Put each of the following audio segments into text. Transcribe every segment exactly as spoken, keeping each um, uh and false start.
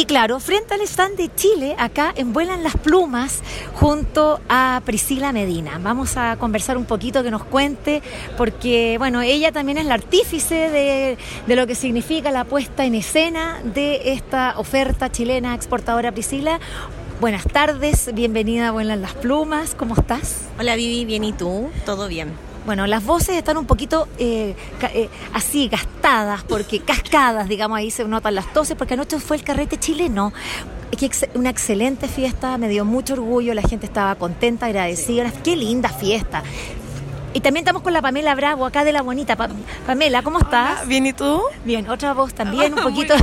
Y claro, frente al stand de Chile, acá en Vuelan las Plumas, junto a Priscila Medina. Vamos a conversar un poquito, que nos cuente, porque bueno, ella también es la artífice de, de lo que significa la puesta en escena de esta oferta chilena exportadora. Priscila, buenas tardes, bienvenida a Vuelan las Plumas, ¿cómo estás? Hola Vivi, bien, ¿y tú? ¿Todo bien? Bueno, las voces están un poquito eh, ca- eh, así, gastadas, porque cascadas, digamos, ahí se notan las toses, porque anoche fue el carrete chileno. Que ex- una excelente fiesta, me dio mucho orgullo, la gente estaba contenta, agradecida, qué linda fiesta. Y también estamos con la Pamela Bravo, acá de La Bonita. Pa- Pamela, ¿cómo estás? Hola, bien, ¿y tú? Bien, otra voz también, un poquito.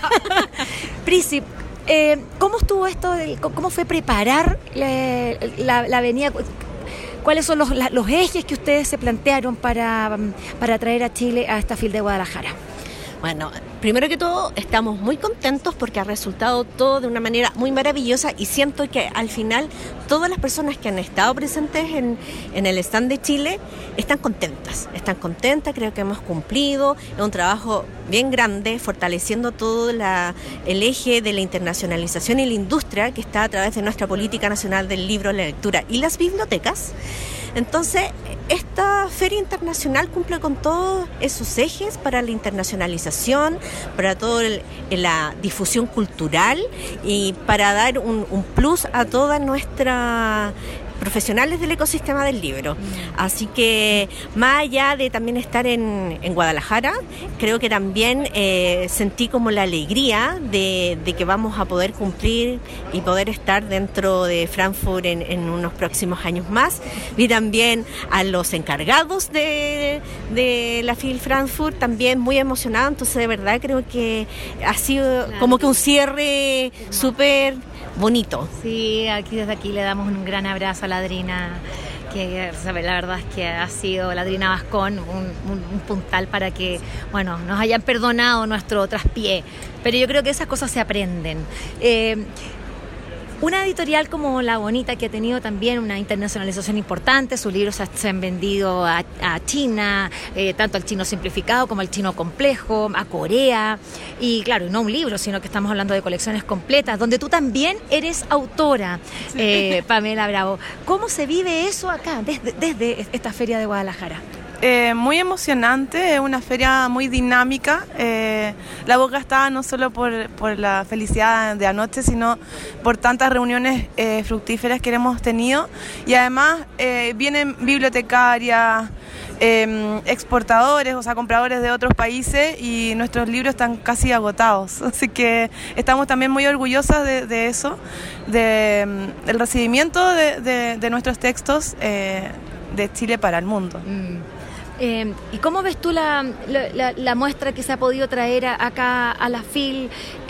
Prisi, eh, ¿cómo estuvo esto? Del, ¿Cómo fue preparar la, la, la avenida? ¿Cuáles son los, la, los ejes que ustedes se plantearon para, para traer a Chile a esta FIL de Guadalajara? Bueno, primero que todo, estamos muy contentos porque ha resultado todo de una manera muy maravillosa y siento que al final todas las personas que han estado presentes en, en el stand de Chile están contentas, están contentas, creo que hemos cumplido, es un trabajo bien grande, fortaleciendo todo la, el eje de la internacionalización y la industria que está a través de nuestra política nacional del libro, la lectura y las bibliotecas. Entonces, esta feria internacional cumple con todos esos ejes para la internacionalización, para toda la difusión cultural y para dar un, un plus a toda nuestra profesionales del ecosistema del libro. Así que más allá de también estar en, en Guadalajara, creo que también eh, sentí como la alegría de, de que vamos a poder cumplir y poder estar dentro de Frankfurt en, en unos próximos años más. Vi también a los encargados de, de la FIL Frankfurt también muy emocionados, entonces de verdad creo que ha sido claro, como que un cierre súper bonito. Sí, aquí desde aquí le damos un gran abrazo a la Adrina, que sabe, la verdad es que ha sido la Adrina Vascón un, un, un puntal para que, bueno, nos hayan perdonado nuestro traspié, pero yo creo que esas cosas se aprenden. Eh, Una editorial como La Bonita, que ha tenido también una internacionalización importante, sus libros se han vendido a, a China, eh, tanto al chino simplificado como al chino complejo, a Corea, y claro, no un libro, sino que estamos hablando de colecciones completas, donde tú también eres autora, sí. eh, Pamela Bravo. ¿Cómo se vive eso acá, desde, desde esta feria de Guadalajara? Eh, muy emocionante, es una feria muy dinámica. Eh, la boca estaba no solo por, por la felicidad de anoche, sino por tantas reuniones eh, fructíferas que hemos tenido. Y además eh, vienen bibliotecarias, eh, exportadores, o sea, compradores de otros países, y nuestros libros están casi agotados. Así que estamos también muy orgullosas de, de eso, de, del recibimiento de, de, de nuestros textos eh, de Chile para el mundo. Mm. Eh, ¿Y cómo ves tú la, la, la muestra que se ha podido traer a, acá a la FIL?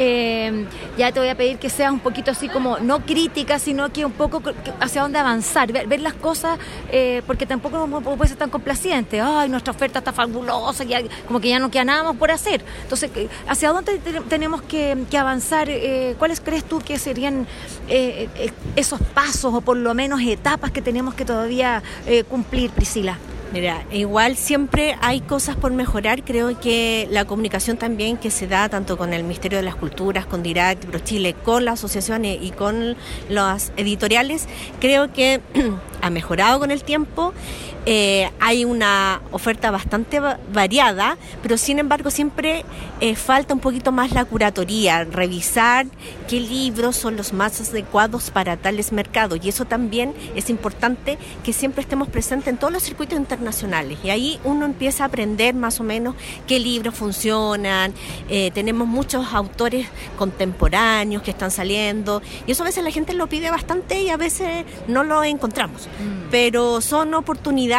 Eh, ya te voy a pedir que seas un poquito así como, no crítica, sino que un poco hacia dónde avanzar, ver, ver las cosas, eh, porque tampoco no puede ser tan complaciente. Ay, nuestra oferta está fabulosa, ya, como que ya no queda nada más por hacer. Entonces, ¿hacia dónde te, tenemos que, que avanzar? Eh, ¿Cuáles crees tú que serían eh, esos pasos o por lo menos etapas que tenemos que todavía eh, cumplir, Priscila? Mira, igual siempre hay cosas por mejorar. Creo que la comunicación también que se da tanto con el Ministerio de las Culturas, con Diract, ProChile, con las asociaciones y con las editoriales, creo que ha mejorado con el tiempo. Eh, hay una oferta bastante va- variada, pero sin embargo siempre eh, falta un poquito más la curatoría, revisar qué libros son los más adecuados para tales mercados, y eso también es importante, que siempre estemos presentes en todos los circuitos internacionales, y ahí uno empieza a aprender más o menos qué libros funcionan. Eh, tenemos muchos autores contemporáneos que están saliendo, y eso a veces la gente lo pide bastante y a veces no lo encontramos, mm. pero son oportunidades.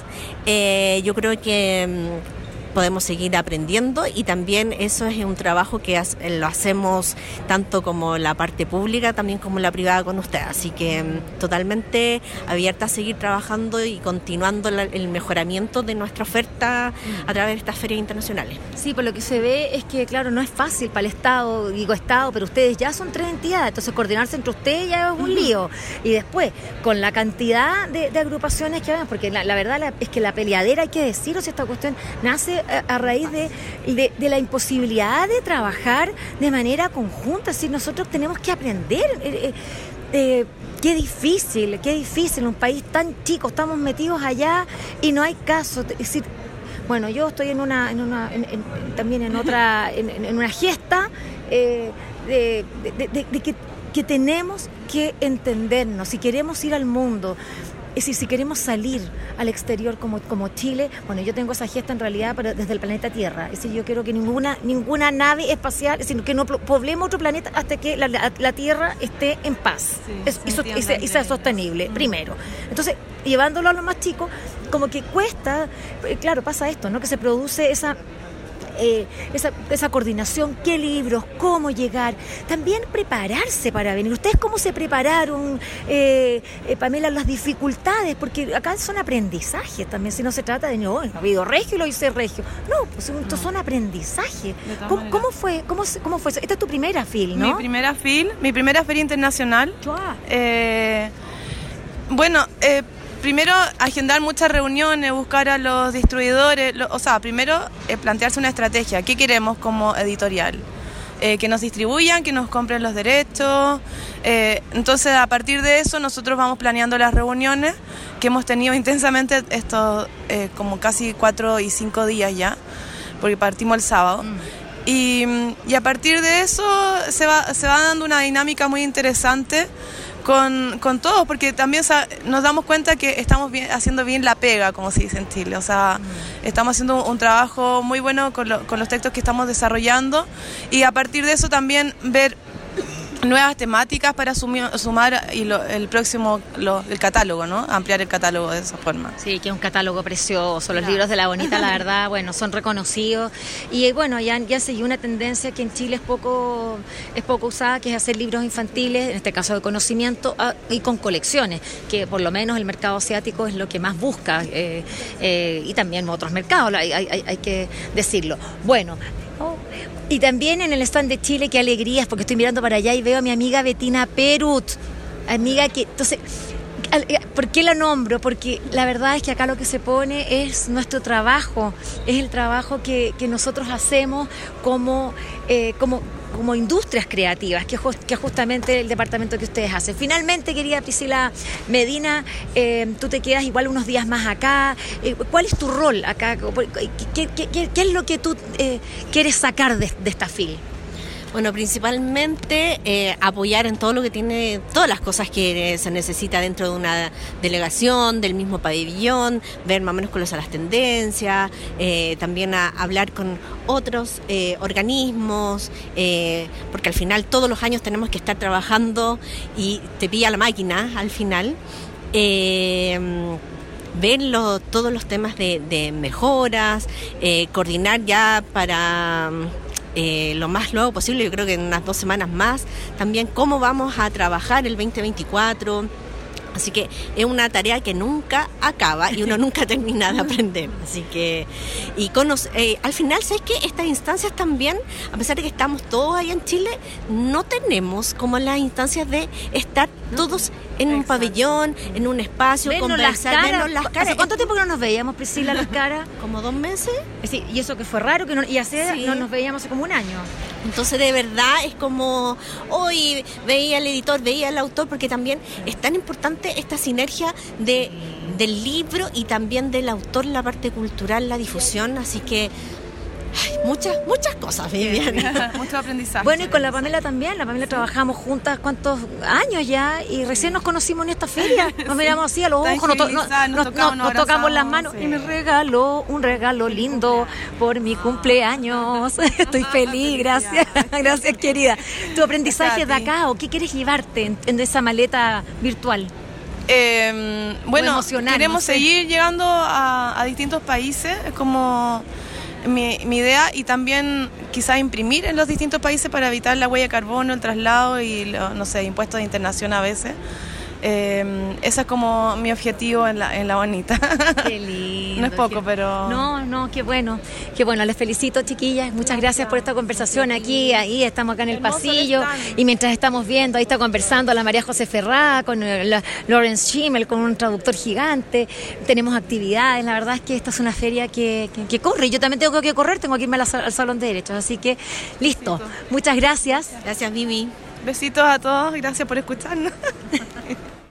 Eh, yo creo que mmm, podemos seguir aprendiendo, y también eso es un trabajo que ha, lo hacemos tanto como la parte pública, también como la privada con usted, así que mmm, totalmente abierta a seguir trabajando y continuando la, el mejoramiento de nuestra oferta a través de estas ferias internacionales. Sí, por lo que se ve es que, claro, no es fácil para el Estado, digo Estado, pero ustedes ya son tres entidades, entonces coordinarse entre ustedes ya es un lío. Y después, con la cantidad de, de agrupaciones que hay, porque la, la verdad la, es que la peleadera, hay que decir, o sea, esta cuestión nace a, a raíz de, de, de la imposibilidad de trabajar de manera conjunta. Si nosotros tenemos que aprender, eh, eh, qué difícil, qué difícil, un país tan chico, estamos metidos allá y no hay caso. Es decir, bueno, yo estoy en una, en una en, en, también en otra, en, en una gesta eh, de, de, de, de que, que tenemos que entendernos, si queremos ir al mundo. Es decir, si queremos salir al exterior como, como Chile, bueno, yo tengo esa gesta en realidad pero desde el planeta Tierra. Es decir, yo quiero que ninguna ninguna nave espacial, es decir, que no poblemos otro planeta hasta que la, la, la Tierra esté en paz sí, es, y, so, y, sea, y sea sostenible, mm. primero. Entonces, llevándolo a lo más chico, como que cuesta, claro, pasa esto, ¿no? Que se produce esa... Eh, esa, esa coordinación, qué libros, cómo llegar, también prepararse para venir. ¿Ustedes cómo se prepararon, eh, eh, Pamela, las dificultades? Porque acá son aprendizajes también, si no se trata de, no, no ha habido regio y lo hice regio. No, pues estos no. son aprendizajes. ¿Cómo, ¿Cómo fue? ¿Cómo, ¿Cómo fue eso? Esta es tu primera FIL, ¿no? Mi primera FIL, mi primera feria internacional. Eh, bueno, eh, primero, agendar muchas reuniones, buscar a los distribuidores, lo, o sea, primero eh, plantearse una estrategia. ¿Qué queremos como editorial? Eh, que nos distribuyan, que nos compren los derechos. Eh, entonces, a partir de eso, nosotros vamos planeando las reuniones que hemos tenido intensamente estos eh, como casi cuatro y cinco días ya, porque partimos el sábado. Mm. Y, y a partir de eso se va, se va dando una dinámica muy interesante con, con todos, porque también nos damos cuenta que estamos bien, haciendo bien la pega, como se dice en Chile. O sea, mm. estamos haciendo un trabajo muy bueno con, lo, con los textos que estamos desarrollando, y a partir de eso también ver nuevas temáticas para sumir, sumar y lo, el próximo, lo, el catálogo, ¿no? Ampliar el catálogo de esa forma. Sí, que es un catálogo precioso. Los claro. libros de La Bonita, la verdad, bueno, son reconocidos. Y bueno, ya, ya siguió una tendencia que en Chile es poco, es poco usada, que es hacer libros infantiles, en este caso de conocimiento, y con colecciones, que por lo menos el mercado asiático es lo que más busca, eh, eh, y también otros mercados, hay, hay, hay que decirlo. Bueno, oh, y también en el stand de Chile, qué alegrías, porque estoy mirando para allá y veo a mi amiga Bettina Perut, amiga que, entonces, ¿por qué la nombro? Porque la verdad es que acá lo que se pone es nuestro trabajo, es el trabajo que, que nosotros hacemos como, eh, como, como industrias creativas, que, que es justamente el departamento que ustedes hacen. Finalmente, querida Priscila Medina, eh, tú te quedas igual unos días más acá. Eh, ¿Cuál es tu rol acá? ¿Qué, qué, qué, qué es lo que tú eh, quieres sacar de, de esta FIL? Bueno, principalmente eh, apoyar en todo lo que tiene, todas las cosas que se necesita dentro de una delegación, del mismo pabellón, ver más o menos cuáles son las tendencias, eh, también a hablar con otros eh, organismos, eh, porque al final todos los años tenemos que estar trabajando y te pilla la máquina al final. Eh, ver lo, todos los temas de, de mejoras, eh, coordinar ya para... Eh, lo más luego posible, yo creo que en unas dos semanas más, también cómo vamos a trabajar el veinte veinticuatro. Así que es una tarea que nunca acaba y uno nunca termina de aprender. Así que, y con los, eh, al final, ¿sabes qué? Estas instancias también, a pesar de que estamos todos ahí en Chile, no tenemos como las instancias de estar todos en un Exacto. pabellón, en un espacio, vernos conversar, las caras. vernos las caras. ¿Hace cuánto tiempo que no nos veíamos, Priscila, las caras? Como dos meses. Sí, y eso que fue raro, que no, y hace sí. no nos veíamos hace como un año. Entonces, de verdad, es como hoy veía al editor, veía al autor, porque también es tan importante esta sinergia de, del libro y también del autor, la parte cultural, la difusión, así que ay, muchas, muchas cosas, Viviana. Mucho aprendizaje. Bueno, y con la Pamela también, la Pamela trabajamos juntas cuántos años ya, y recién nos conocimos en esta feria, nos miramos así a los ojos, nos, to- no, nos, nos, tocamos, nos tocamos las manos, sí. Y me regaló un regalo lindo por mi cumpleaños. Estoy feliz, gracias, gracias querida. ¿Tu aprendizaje de acá o qué quieres llevarte en, en esa maleta virtual? Eh, bueno, queremos no sé. seguir llegando a, a distintos países, es como mi, mi idea, y también quizás imprimir en los distintos países para evitar la huella de carbono, el traslado y lo, no sé, impuestos de internación a veces. Eh, ese es como mi objetivo en la, en la bonita. Qué lindo. No es poco, qué... pero... No, no, qué bueno. Qué bueno, les felicito, chiquillas. Muchas gracias por esta conversación aquí. Ahí estamos acá en el Hermoso pasillo. el Y mientras estamos viendo, ahí está conversando la María José Ferrá con la Lawrence Schimmel, con un traductor gigante. Tenemos actividades. La verdad es que esta es una feria que, que, que corre. Yo también tengo que correr, tengo que irme al, al Salón de Derechos. Así que, listo. Besito. Muchas gracias. Gracias, Vivi. Besitos a todos, gracias por escucharnos.